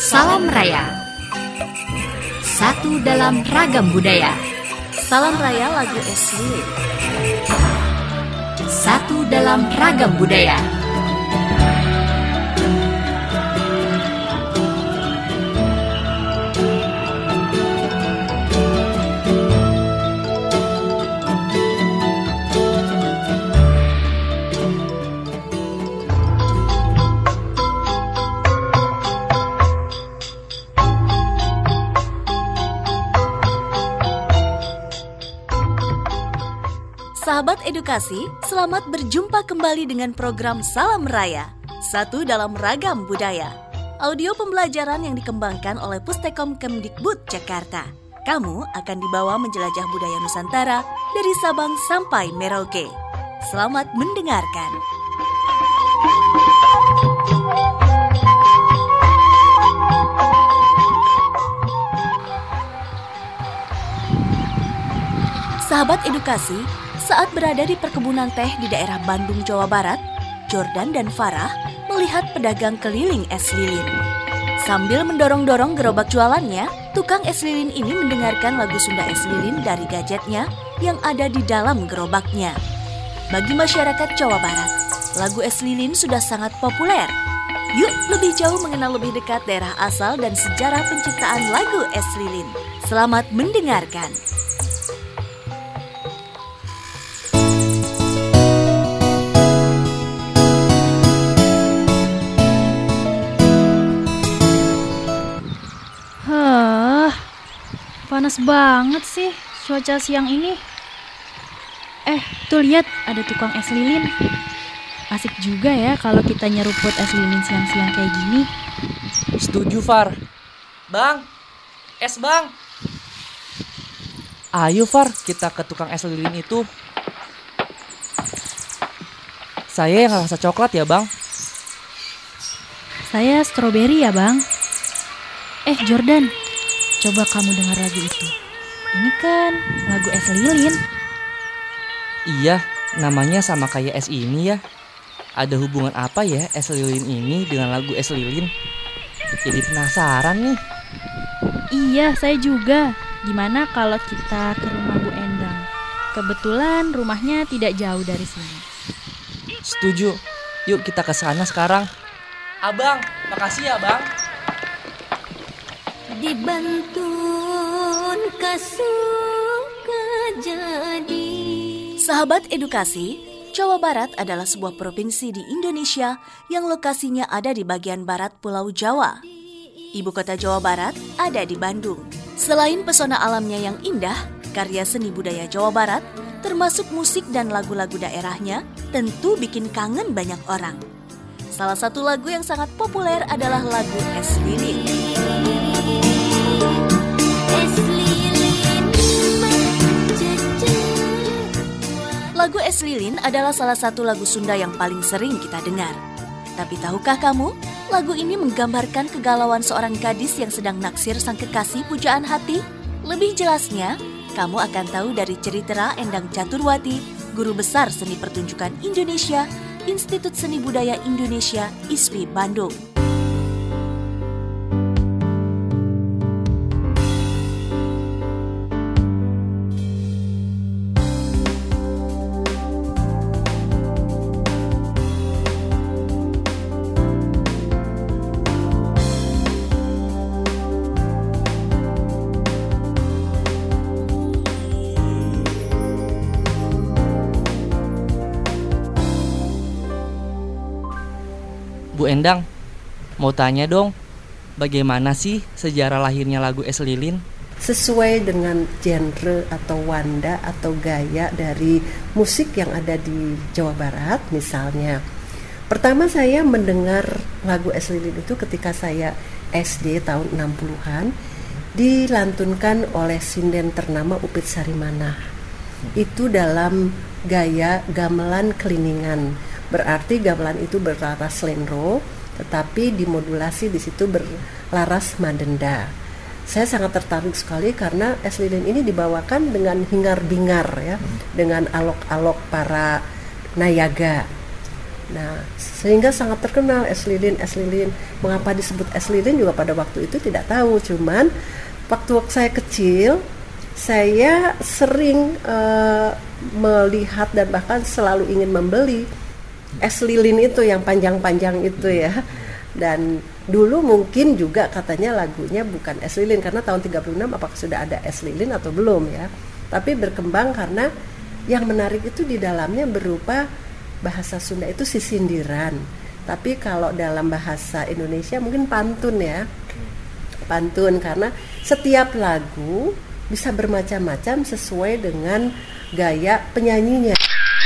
Salam Raya. Satu dalam ragam budaya. Salam Raya lagu Esli. Satu dalam ragam budaya. Sahabat edukasi, selamat berjumpa kembali dengan program Salam Raya, satu dalam ragam budaya. Audio pembelajaran yang dikembangkan oleh Pustekom Kemdikbud Jakarta. Kamu akan dibawa menjelajah budaya Nusantara dari Sabang sampai Merauke. Selamat mendengarkan. Sahabat edukasi, saat berada di perkebunan teh di daerah Bandung, Jawa Barat, Jordan dan Farah melihat pedagang keliling es lilin. Sambil mendorong-dorong gerobak jualannya, tukang es lilin ini mendengarkan lagu Sunda es lilin dari gadgetnya yang ada di dalam gerobaknya. Bagi masyarakat Jawa Barat, lagu es lilin sudah sangat populer. Yuk lebih jauh mengenal lebih dekat daerah asal dan sejarah penciptaan lagu es lilin. Selamat mendengarkan. Panas banget sih cuaca siang ini. Tuh lihat ada tukang es lilin. Asik juga ya kalau kita nyeruput es lilin siang-siang kayak gini. Setuju, Far. Bang, es bang. Ayo, Far, kita ke tukang es lilin itu. Saya yang rasa coklat ya, Bang. Saya stroberi ya, Bang. Jordan, coba kamu dengar lagu itu. Ini kan lagu es lilin. Iya, namanya sama kayak es ini ya. Ada hubungan apa ya es lilin ini dengan lagu es lilin? Jadi penasaran nih. Iya, saya juga. Gimana kalau kita ke rumah Bu Endang? Kebetulan rumahnya tidak jauh dari sini. Setuju. Yuk kita ke sana sekarang. Abang, makasih ya, Bang. Dibantun kasuka jadi. Sahabat edukasi, Jawa Barat adalah sebuah provinsi di Indonesia yang lokasinya ada di bagian barat Pulau Jawa. Ibu kota Jawa Barat ada di Bandung. Selain pesona alamnya yang indah, karya seni budaya Jawa Barat, termasuk musik dan lagu-lagu daerahnya, tentu bikin kangen banyak orang. Salah satu lagu yang sangat populer adalah lagu Es Lilin. Lagu Es Lilin adalah salah satu lagu Sunda yang paling sering kita dengar. Tapi tahukah kamu, lagu ini menggambarkan kegalauan seorang gadis yang sedang naksir sang kekasih pujaan hati? Lebih jelasnya, kamu akan tahu dari cerita Endang Caturwati, guru besar seni pertunjukan Indonesia, Institut Seni Budaya Indonesia, ISPI Bandung. Bu Endang, mau tanya dong, bagaimana sih sejarah lahirnya lagu Es Lilin? Sesuai dengan genre atau wanda atau gaya dari musik yang ada di Jawa Barat misalnya. Pertama saya mendengar lagu Es Lilin itu ketika saya SD tahun 60-an, dilantunkan oleh sinden ternama Upit Sarimanah. Itu dalam gaya gamelan keliningan. Berarti gamelan itu berlaras lenro, tetapi dimodulasi di situ berlaras madenda. Saya sangat tertarik sekali karena es lilin ini dibawakan dengan hingar-bingar ya, dengan alok-alok para nayaga. Nah, sehingga sangat terkenal es lilin. Mengapa disebut es lilin juga pada waktu itu tidak tahu. Cuman waktu saya kecil, saya sering melihat dan bahkan selalu ingin membeli es lilin itu yang panjang-panjang itu ya. Dan dulu mungkin juga katanya lagunya bukan es lilin, karena tahun 36 apakah sudah ada es lilin atau belum ya. Tapi berkembang karena yang menarik itu di dalamnya berupa bahasa Sunda itu sisindiran. Tapi kalau dalam bahasa Indonesia mungkin pantun ya. Pantun, karena setiap lagu bisa bermacam-macam sesuai dengan gaya penyanyinya.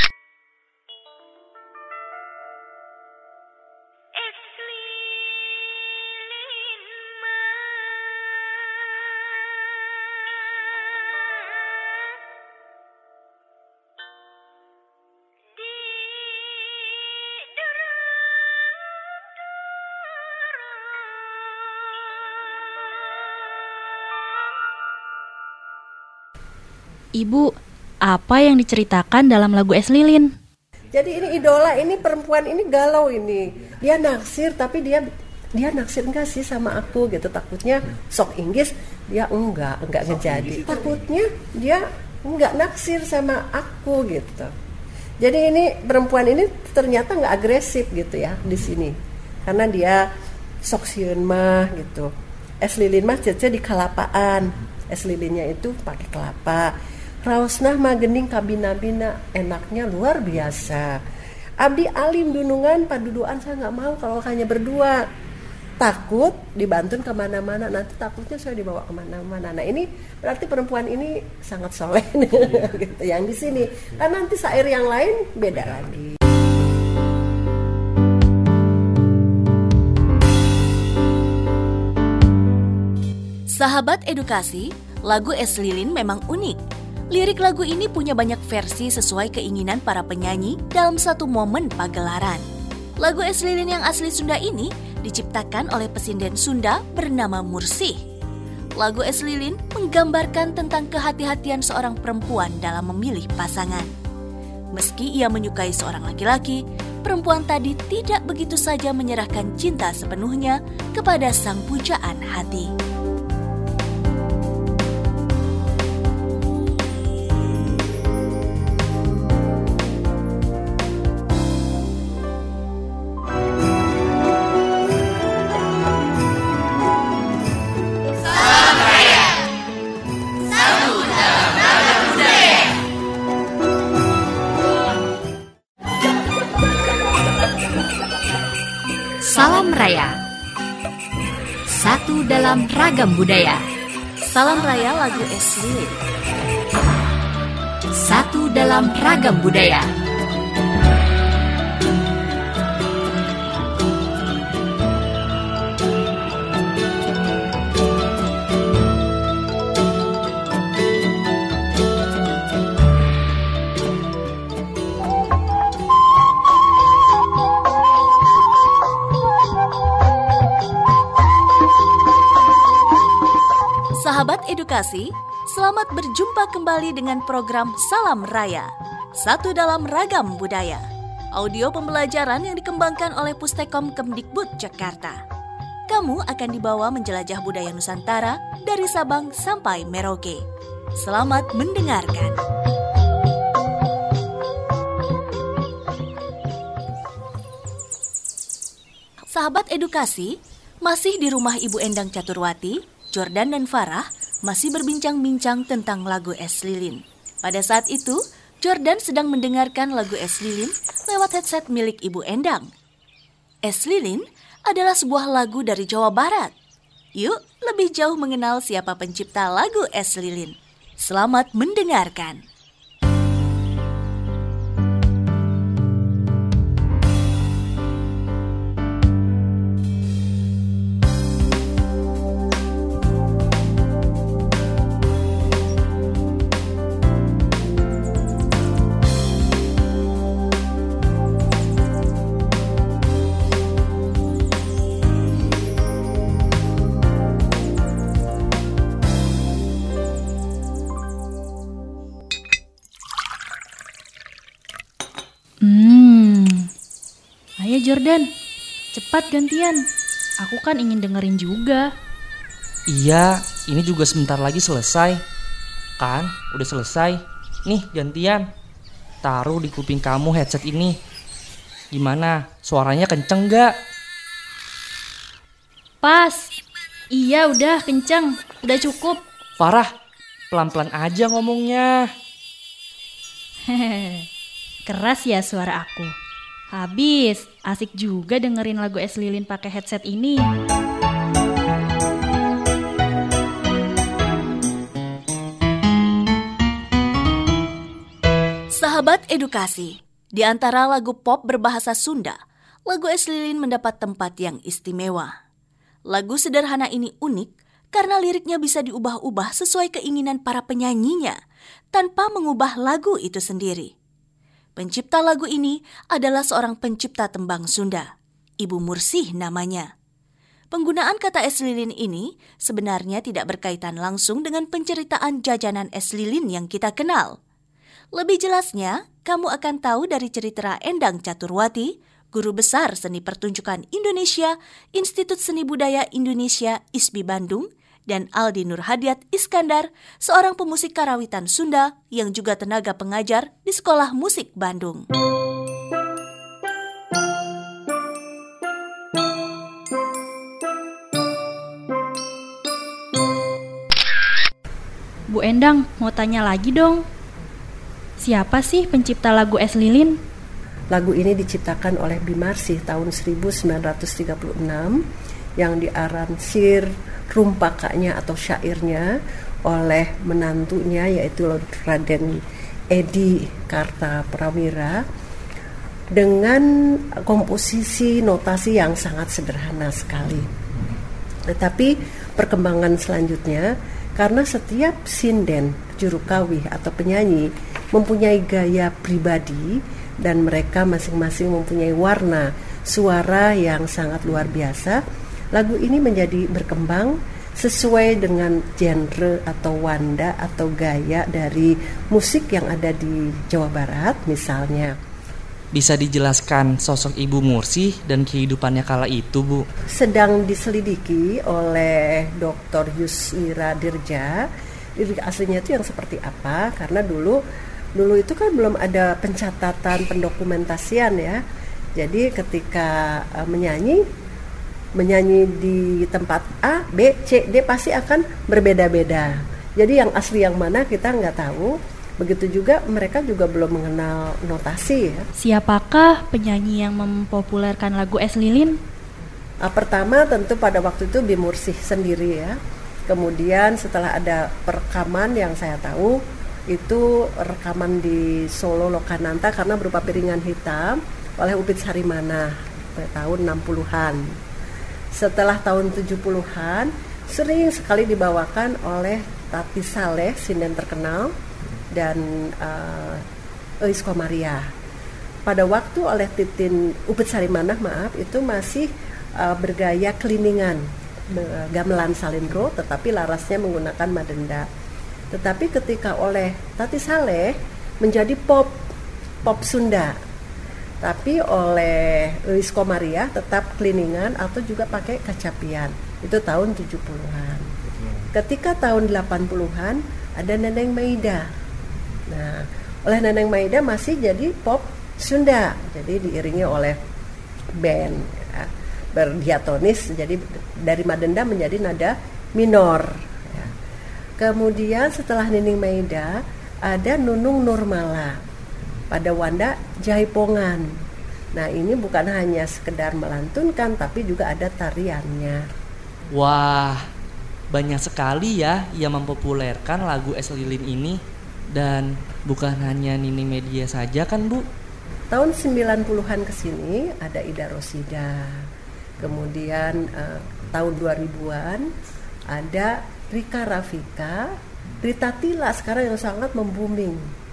Ibu, apa yang diceritakan dalam lagu Es Lilin? Jadi ini idola, ini perempuan ini galau ini. Dia naksir tapi dia naksir enggak sih sama aku gitu. Takutnya sok Inggris, dia enggak ngejadi. Takutnya dia enggak naksir sama aku gitu. Jadi ini perempuan ini ternyata enggak agresif gitu ya di sini. Karena dia sok sieun mah gitu. Es lilin mah cece di kalapaan. Es lilinnya itu pakai kelapa. Raosnah mah gening kabina-bina, enaknya luar biasa. Abdi alim dunungan paduduan, saya nggak mau kalau hanya berdua. Takut dibantun kemana-mana, nanti takutnya saya dibawa kemana-mana. Nah ini berarti perempuan ini sangat soleh gitu yang di sini. Kan nanti syair yang lain beda lagi. Sahabat edukasi, lagu Es Lilin memang unik. Lirik lagu ini punya banyak versi sesuai keinginan para penyanyi dalam satu momen pagelaran. Lagu Es Lilin yang asli Sunda ini diciptakan oleh pesinden Sunda bernama Mursih. Lagu Es Lilin menggambarkan tentang kehati-hatian seorang perempuan dalam memilih pasangan. Meski ia menyukai seorang laki-laki, perempuan tadi tidak begitu saja menyerahkan cinta sepenuhnya kepada sang pujaan hati. Salam Raya. Satu dalam ragam budaya. Salam Raya lagu Es Lilin. Satu dalam ragam budaya. Sahabat edukasi, selamat berjumpa kembali dengan program Salam Raya, satu dalam ragam budaya. Audio pembelajaran yang dikembangkan oleh Pustekom Kemdikbud Jakarta. Kamu akan dibawa menjelajah budaya Nusantara dari Sabang sampai Merauke. Selamat mendengarkan. Sahabat edukasi, masih di rumah Ibu Endang Caturwati, Jordan dan Farah masih berbincang-bincang tentang lagu Es Lilin. Pada saat itu, Jordan sedang mendengarkan lagu Es Lilin lewat headset milik Ibu Endang. Es Lilin adalah sebuah lagu dari Jawa Barat. Yuk, lebih jauh mengenal siapa pencipta lagu Es Lilin. Selamat mendengarkan. Ayo Jordan, cepat gantian. Aku kan ingin dengerin juga. Iya, ini juga sebentar lagi selesai. Kan, udah selesai. Nih, gantian. Taruh di kuping kamu headset ini. Gimana, suaranya kenceng gak? Pas. Iya udah kenceng, udah cukup. Farah, pelan-pelan aja ngomongnya. Hehehe, keras ya suara aku. Habis, asik juga dengerin lagu Es Lilin pakai headset ini. Sahabat edukasi, di antara lagu pop berbahasa Sunda, lagu Es Lilin mendapat tempat yang istimewa. Lagu sederhana ini unik karena liriknya bisa diubah-ubah sesuai keinginan para penyanyinya tanpa mengubah lagu itu sendiri. Pencipta lagu ini adalah seorang pencipta tembang Sunda, Ibu Mursih namanya. Penggunaan kata es lilin ini sebenarnya tidak berkaitan langsung dengan penceritaan jajanan es lilin yang kita kenal. Lebih jelasnya, kamu akan tahu dari cerita Endang Caturwati, Guru Besar Seni Pertunjukan Indonesia, Institut Seni Budaya Indonesia ISBI Bandung, dan Aldi Nurhadiat Iskandar, seorang pemusik karawitan Sunda yang juga tenaga pengajar di Sekolah Musik Bandung. Bu Endang, mau tanya lagi dong. Siapa sih pencipta lagu Es Lilin? Lagu ini diciptakan oleh Bimarsih tahun 1936 yang diaransir rumpakanya atau syairnya oleh menantunya yaitu Raden Edi Kartaprawira dengan komposisi notasi yang sangat sederhana sekali. Tetapi perkembangan selanjutnya karena setiap sinden, juru kawih atau penyanyi mempunyai gaya pribadi dan mereka masing-masing mempunyai warna suara yang sangat luar biasa, lagu ini menjadi berkembang sesuai dengan genre atau wanda atau gaya dari musik yang ada di Jawa Barat misalnya. Bisa dijelaskan sosok Ibu Mursih dan kehidupannya kala itu, Bu? Sedang diselidiki oleh Dr. Yuswira Dirja, diri aslinya itu yang seperti apa, karena dulu itu kan belum ada pencatatan pendokumentasian ya. Jadi ketika menyanyi di tempat A, B, C, D pasti akan berbeda-beda. Jadi yang asli yang mana kita nggak tahu. Begitu juga mereka juga belum mengenal notasi ya. Siapakah penyanyi yang mempopulerkan lagu Es Lilin? Pertama tentu pada waktu itu Bimursih sendiri ya. Kemudian setelah ada perekaman yang saya tahu itu rekaman di Solo Lokananta karena berupa piringan hitam oleh Upit Sarimana tahun 60-an. Setelah tahun 70-an sering sekali dibawakan oleh Tati Saleh, sinden terkenal, dan Eis Komaria. Pada waktu oleh Titin Upit Sarimana itu masih bergaya kliningan, gamelan salendro tetapi larasnya menggunakan madenda. Tetapi ketika oleh Tati Saleh menjadi pop Sunda. Tapi oleh Eis Komaria tetap kliningan atau juga pakai kacapian. Itu tahun 70-an. Ketika tahun 80-an ada Neneng Maida. Nah, oleh Neneng Maida masih jadi pop Sunda. Jadi diiringi oleh band ya, berdiatonis, jadi dari madenda menjadi nada minor. Kemudian setelah Nining Maida ada Nunung Nurmala pada wanda Jaipongan. Nah ini bukan hanya sekedar melantunkan tapi juga ada tariannya. Wah, banyak sekali ya yang mempopulerkan lagu Es Lilin ini. Dan bukan hanya Nining Media saja kan, Bu? Tahun 90-an ke sini ada Ida Rosida. Kemudian tahun 2000-an ada Rika Rafika, Rita Tila sekarang yang sangat membooming.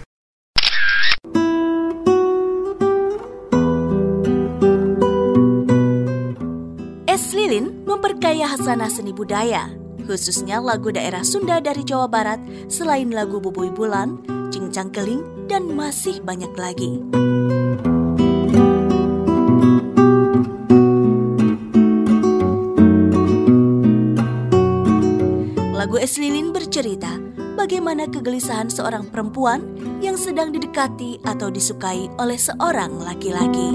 Es Lilin memperkaya hasanah seni budaya, khususnya lagu daerah Sunda dari Jawa Barat selain lagu Bubui Bulan, Cincang Keling, dan masih banyak lagi. Es Lilin bercerita bagaimana kegelisahan seorang perempuan yang sedang didekati atau disukai oleh seorang laki-laki.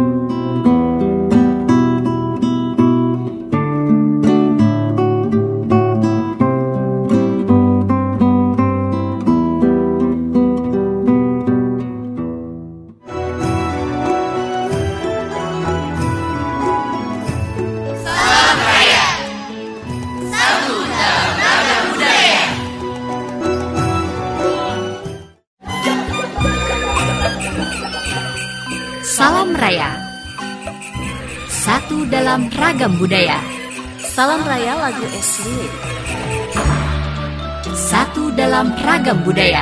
Salam Raya. Satu dalam ragam budaya. Salam Raya lagu Es Lilin. Satu dalam ragam budaya.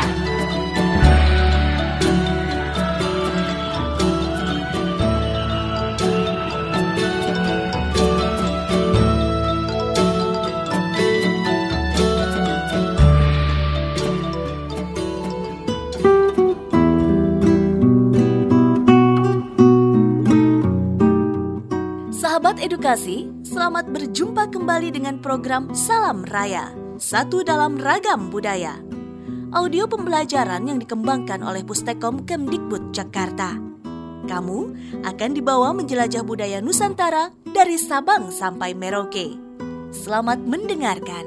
Sahabat edukasi, selamat berjumpa kembali dengan program Salam Raya, satu dalam ragam budaya. Audio pembelajaran yang dikembangkan oleh Pustekom Kemdikbud Jakarta. Kamu akan dibawa menjelajah budaya Nusantara dari Sabang sampai Merauke. Selamat mendengarkan.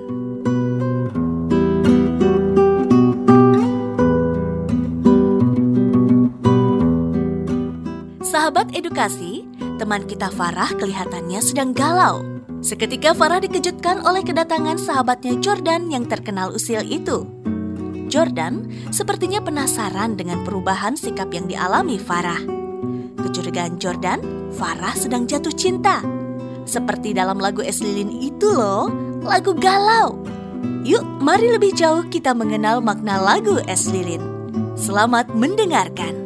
Sahabat edukasi, teman kita Farah kelihatannya sedang galau. Seketika Farah dikejutkan oleh kedatangan sahabatnya Jordan yang terkenal usil itu. Jordan sepertinya penasaran dengan perubahan sikap yang dialami Farah. Kecurigaan Jordan, Farah sedang jatuh cinta. Seperti dalam lagu Es Lilin itu loh, lagu galau. Yuk, mari lebih jauh kita mengenal makna lagu Es Lilin. Selamat mendengarkan.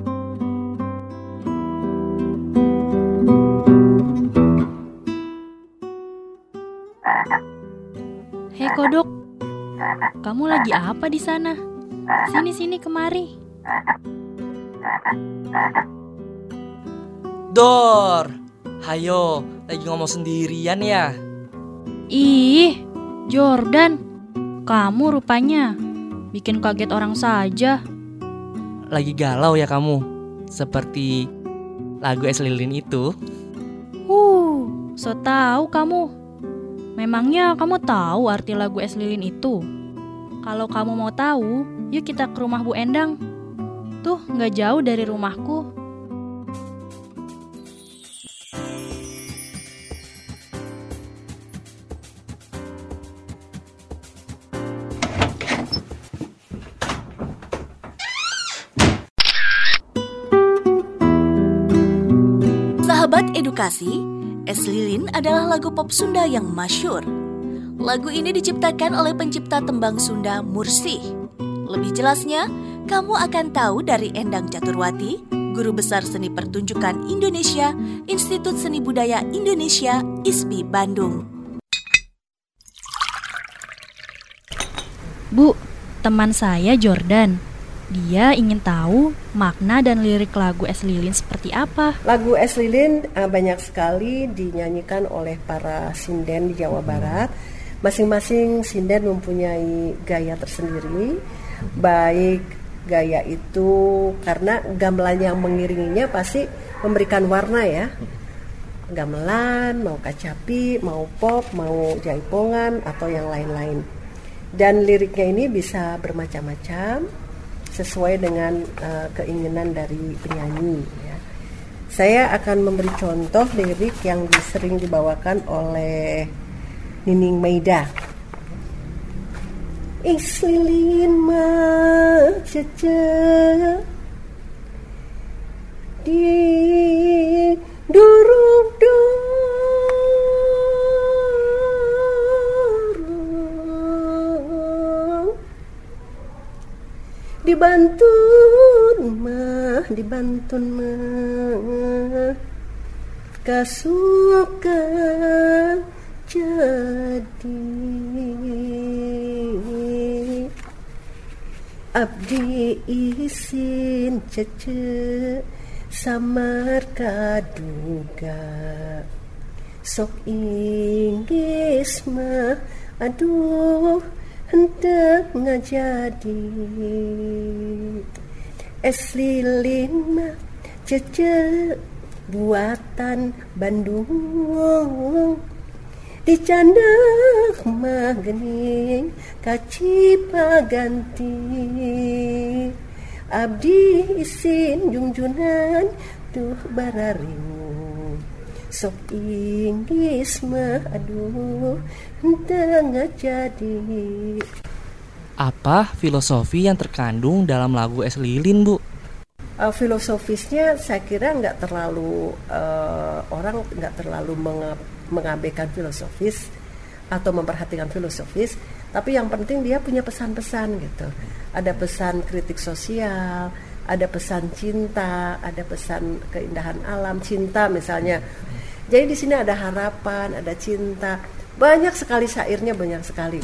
Hei kodok, kamu lagi apa di sana? Sini kemari. Dor, hayo, lagi ngomong sendirian ya? Ih, Jordan, kamu rupanya bikin kaget orang saja. Lagi galau ya kamu? Seperti lagu Es Lilin itu? So tahu kamu. Memangnya kamu tahu arti lagu Es Lilin itu? Kalau kamu mau tahu, yuk kita ke rumah Bu Endang. Tuh, nggak jauh dari rumahku. Sahabat edukasi, Es Lilin adalah lagu pop Sunda yang masyhur. Lagu ini diciptakan oleh pencipta tembang Sunda Mursih. Lebih jelasnya, kamu akan tahu dari Endang Caturwati, Guru Besar Seni Pertunjukan Indonesia, Institut Seni Budaya Indonesia, ISBI Bandung. Bu, teman saya Jordan. Dia ingin tahu makna dan lirik lagu Es Lilin seperti apa. Lagu Es Lilin banyak sekali dinyanyikan oleh para sinden di Jawa Barat. Masing-masing sinden mempunyai gaya tersendiri. Baik gaya itu karena gamelan yang mengiringinya pasti memberikan warna ya. Gamelan, mau kacapi, mau pop, mau jaipongan atau yang lain-lain. Dan liriknya ini bisa bermacam-macam sesuai dengan keinginan dari penyanyi ya. Saya akan memberi contoh lirik yang sering dibawakan oleh Nining Maida. Es Lilin mah cece di duruk-duruk dibantun mah kasuka jadi abdi isin cece samar kaduga sok inggis mah aduh hendak ngajadi es lilin mah cece buatan Bandung dicandak mah gening kacipa ganti abdi isin junjunan tuh bararing sok inggis mah aduh henteu ngajadi. Apa filosofi yang terkandung dalam lagu Es Lilin, Bu? Filosofisnya saya kira nggak terlalu orang nggak terlalu mengabaikan filosofis atau memperhatikan filosofis, tapi yang penting dia punya pesan-pesan gitu. Ada pesan kritik sosial, ada pesan cinta, ada pesan keindahan alam, cinta misalnya. Jadi di sini ada harapan, ada cinta, banyak sekali syairnya, banyak sekali.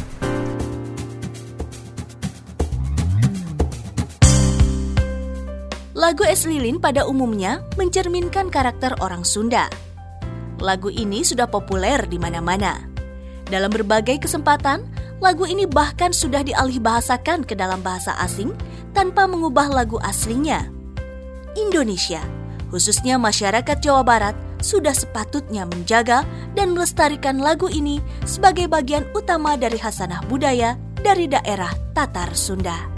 Lagu Es Lilin pada umumnya mencerminkan karakter orang Sunda. Lagu ini sudah populer di mana-mana. Dalam berbagai kesempatan, lagu ini bahkan sudah dialihbahasakan ke dalam bahasa asing tanpa mengubah lagu aslinya. Indonesia, khususnya masyarakat Jawa Barat, sudah sepatutnya menjaga dan melestarikan lagu ini sebagai bagian utama dari khasanah budaya dari daerah Tatar Sunda.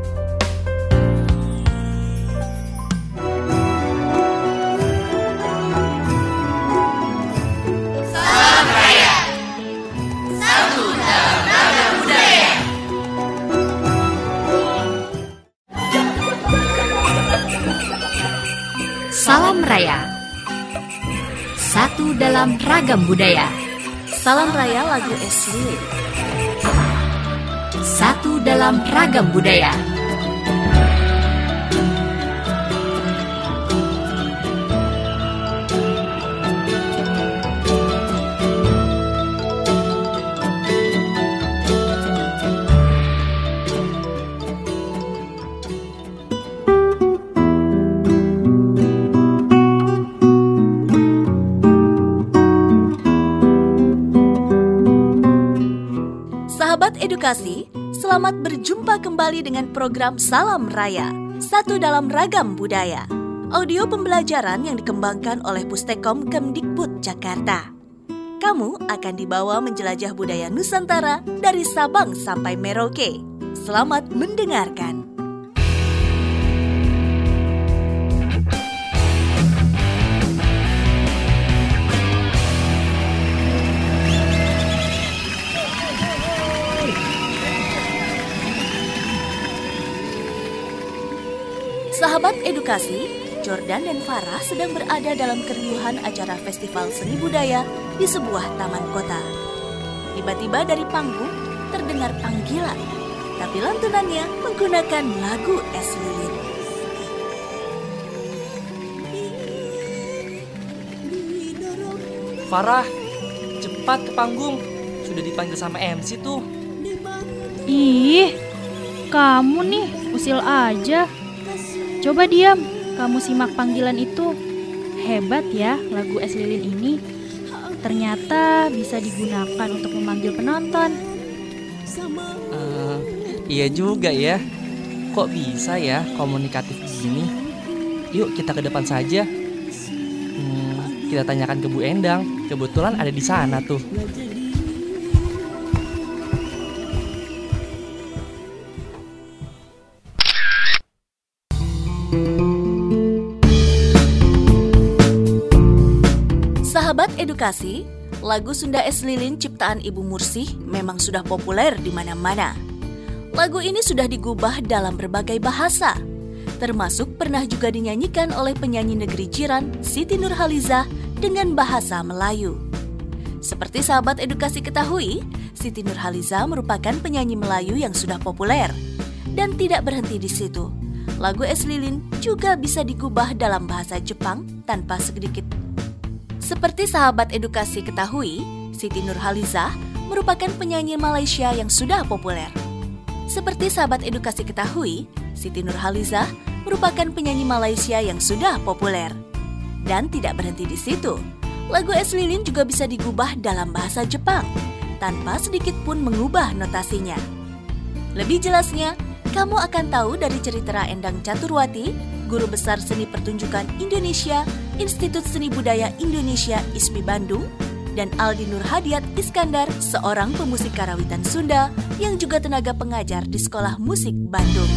Salam Raya. Satu dalam ragam budaya. Salam Raya lagu Es Lilin. Satu dalam ragam budaya. Sahabat edukasi, selamat berjumpa kembali dengan program Salam Raya, satu dalam ragam budaya. Audio pembelajaran yang dikembangkan oleh Pustekom Kemdikbud Jakarta. Kamu akan dibawa menjelajah budaya Nusantara dari Sabang sampai Merauke. Selamat mendengarkan. Sahabat edukasi, Jordan dan Farah sedang berada dalam keriuhan acara festival seni budaya di sebuah taman kota. Tiba-tiba dari panggung terdengar panggilan, tapi lantunannya menggunakan lagu Es Lilin. Farah, cepat ke panggung. Sudah dipanggil sama MC tuh. Ih, kamu nih usil aja. Coba diam, kamu simak panggilan itu. Hebat ya lagu Es Lilin ini. Ternyata bisa digunakan untuk memanggil penonton. Iya juga ya. Kok bisa ya komunikatif begini? Yuk kita ke depan saja. Kita tanyakan ke Bu Endang. Kebetulan ada di sana tuh. Sahabat edukasi, lagu Sunda Es Lilin ciptaan Ibu Mursih memang sudah populer di mana-mana. Lagu ini sudah digubah dalam berbagai bahasa, termasuk pernah juga dinyanyikan oleh penyanyi negeri jiran Siti Nurhalizah dengan bahasa Melayu. Seperti sahabat edukasi ketahui, Siti Nurhalizah merupakan penyanyi Melayu yang sudah populer. Dan tidak berhenti di situ, lagu Es Lilin juga bisa digubah dalam bahasa Jepang tanpa sedikit. Seperti sahabat edukasi ketahui, Siti Nurhalizah merupakan penyanyi Malaysia yang sudah populer. Seperti sahabat edukasi ketahui, Siti Nurhalizah merupakan penyanyi Malaysia yang sudah populer. Dan tidak berhenti di situ, lagu Es Lilin juga bisa digubah dalam bahasa Jepang, tanpa sedikit pun mengubah notasinya. Lebih jelasnya, kamu akan tahu dari cerita Endang Caturwati, Guru Besar Seni Pertunjukan Indonesia, Institut Seni Budaya Indonesia ISBI Bandung, dan Aldi Nur Hadiat Iskandar, seorang pemusik karawitan Sunda yang juga tenaga pengajar di Sekolah Musik Bandung.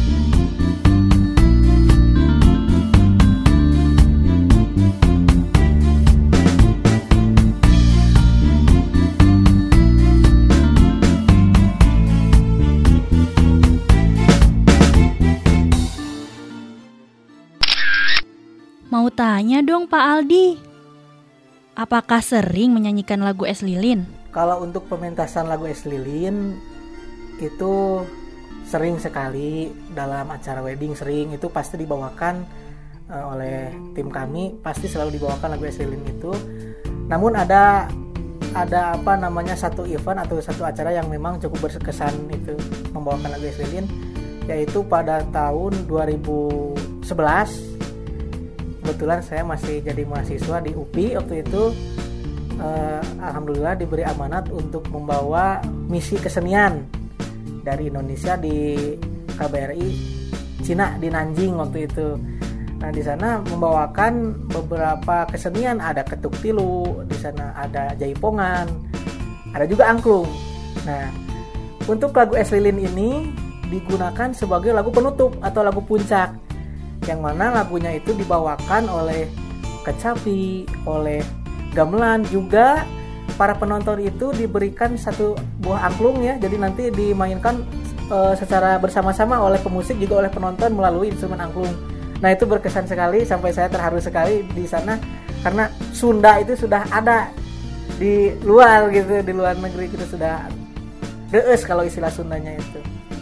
Mau tanya dong Pak Aldi, apakah sering menyanyikan lagu Es Lilin? Kalau untuk pementasan lagu Es Lilin itu sering sekali, dalam acara wedding sering, itu pasti dibawakan oleh tim kami, pasti selalu dibawakan lagu Es Lilin itu. Namun ada satu event atau satu acara yang memang cukup berkesan itu membawakan lagu Es Lilin, yaitu pada tahun 2011. Kebetulan saya masih jadi mahasiswa di UPI waktu itu. Alhamdulillah diberi amanat untuk membawa misi kesenian dari Indonesia di KBRI Cina di Nanjing waktu itu. Nah, di sana membawakan beberapa kesenian, ada ketuk tilu, di sana ada jaipongan, ada juga angklung. Nah, untuk lagu Es Lilin ini digunakan sebagai lagu penutup atau lagu puncak, yang mana lagunya itu dibawakan oleh kecapi, oleh gamelan, juga para penonton itu diberikan satu buah angklung ya, jadi nanti dimainkan secara bersama-sama oleh pemusik juga oleh penonton melalui instrumen angklung. Nah, itu berkesan sekali, sampai saya terharu sekali di sana karena Sunda itu sudah ada di luar gitu, di luar negeri kita sudah deus kalau istilah Sundanya itu.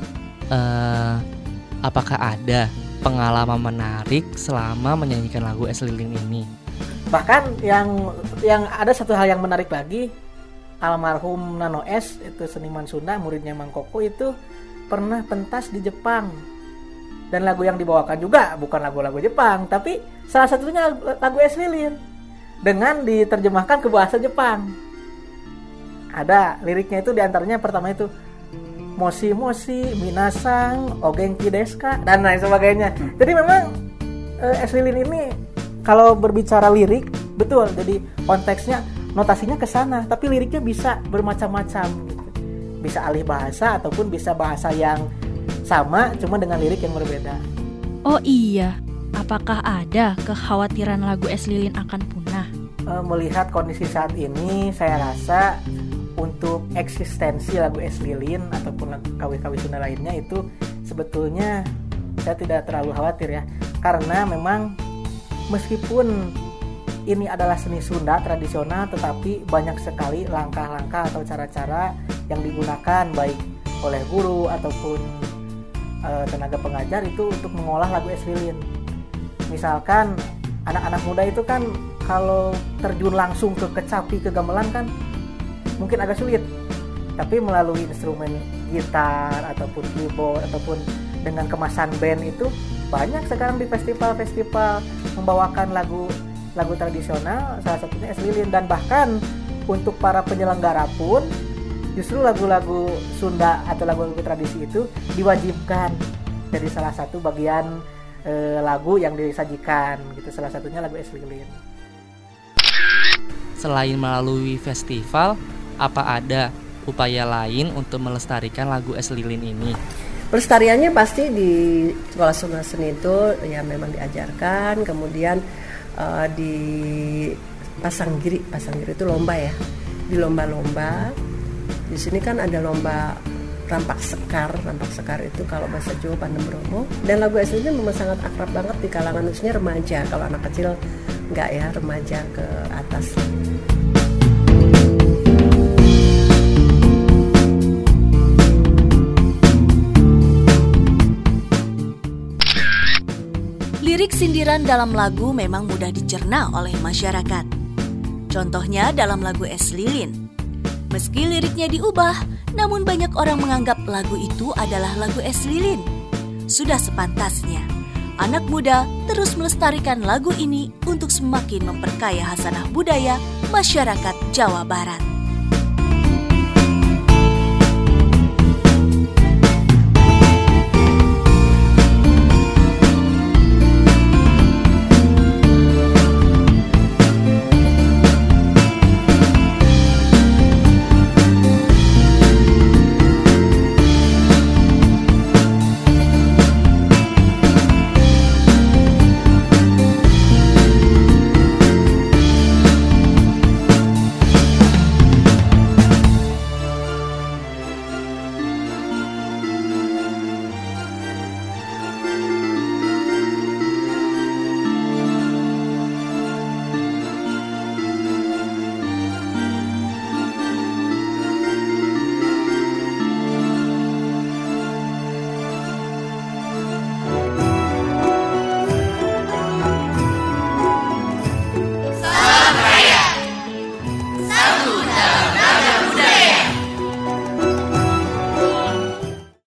Apakah ada pengalaman menarik selama menyanyikan lagu Es Lilin ini? Bahkan yang ada satu hal yang menarik lagi, almarhum Nano S, itu seniman Sunda, muridnya Mang Koko, itu pernah pentas di Jepang. Dan lagu yang dibawakan juga bukan lagu-lagu Jepang, tapi salah satunya lagu Es Lilin dengan diterjemahkan ke bahasa Jepang. Ada liriknya itu, diantaranya pertama itu Moshi Moshi Minasang Ogenki desu ka, dan lain sebagainya. Jadi memang Es Lilin ini kalau berbicara lirik, betul, jadi konteksnya, notasinya ke sana, tapi liriknya bisa bermacam-macam gitu. Bisa alih bahasa ataupun bisa bahasa yang sama cuma dengan lirik yang berbeda. Oh iya, apakah ada kekhawatiran lagu Es Lilin akan punah? Melihat kondisi saat ini, saya rasa untuk eksistensi lagu Es Lilin ataupun kawi-kawi Sunda lainnya itu sebetulnya saya tidak terlalu khawatir ya, karena memang meskipun ini adalah seni Sunda tradisional, tetapi banyak sekali langkah-langkah atau cara-cara yang digunakan baik oleh guru ataupun tenaga pengajar itu untuk mengolah lagu Es Lilin. Misalkan anak-anak muda itu kan kalau terjun langsung ke kecapi, ke gamelan kan mungkin agak sulit, tapi melalui instrumen gitar ataupun keyboard ataupun dengan kemasan band itu banyak sekarang di festival-festival membawakan lagu tradisional, salah satunya Es Lilin. Dan bahkan untuk para penyelenggara pun justru lagu-lagu Sunda atau lagu-lagu tradisi itu diwajibkan jadi salah satu bagian lagu yang disajikan gitu, salah satunya lagu Es Lilin. Selain melalui festival, apa ada upaya lain untuk melestarikan lagu Es Lilin ini? Pelestariannya pasti di Sekolah Sunda Seni itu ya memang diajarkan, kemudian di Pasanggiri itu lomba ya, di lomba-lomba. Di sini kan ada lomba rampak sekar itu kalau bahasa Jawa Pandem Bromo. Dan lagu Es Lilin memang sangat akrab banget di kalangan khususnya remaja. Kalau anak kecil enggak ya, remaja ke atas. Lirik sindiran dalam lagu memang mudah dicerna oleh masyarakat. Contohnya dalam lagu Es Lilin. Meski liriknya diubah, namun banyak orang menganggap lagu itu adalah lagu Es Lilin. Sudah sepantasnya anak muda terus melestarikan lagu ini untuk semakin memperkaya khasanah budaya masyarakat Jawa Barat.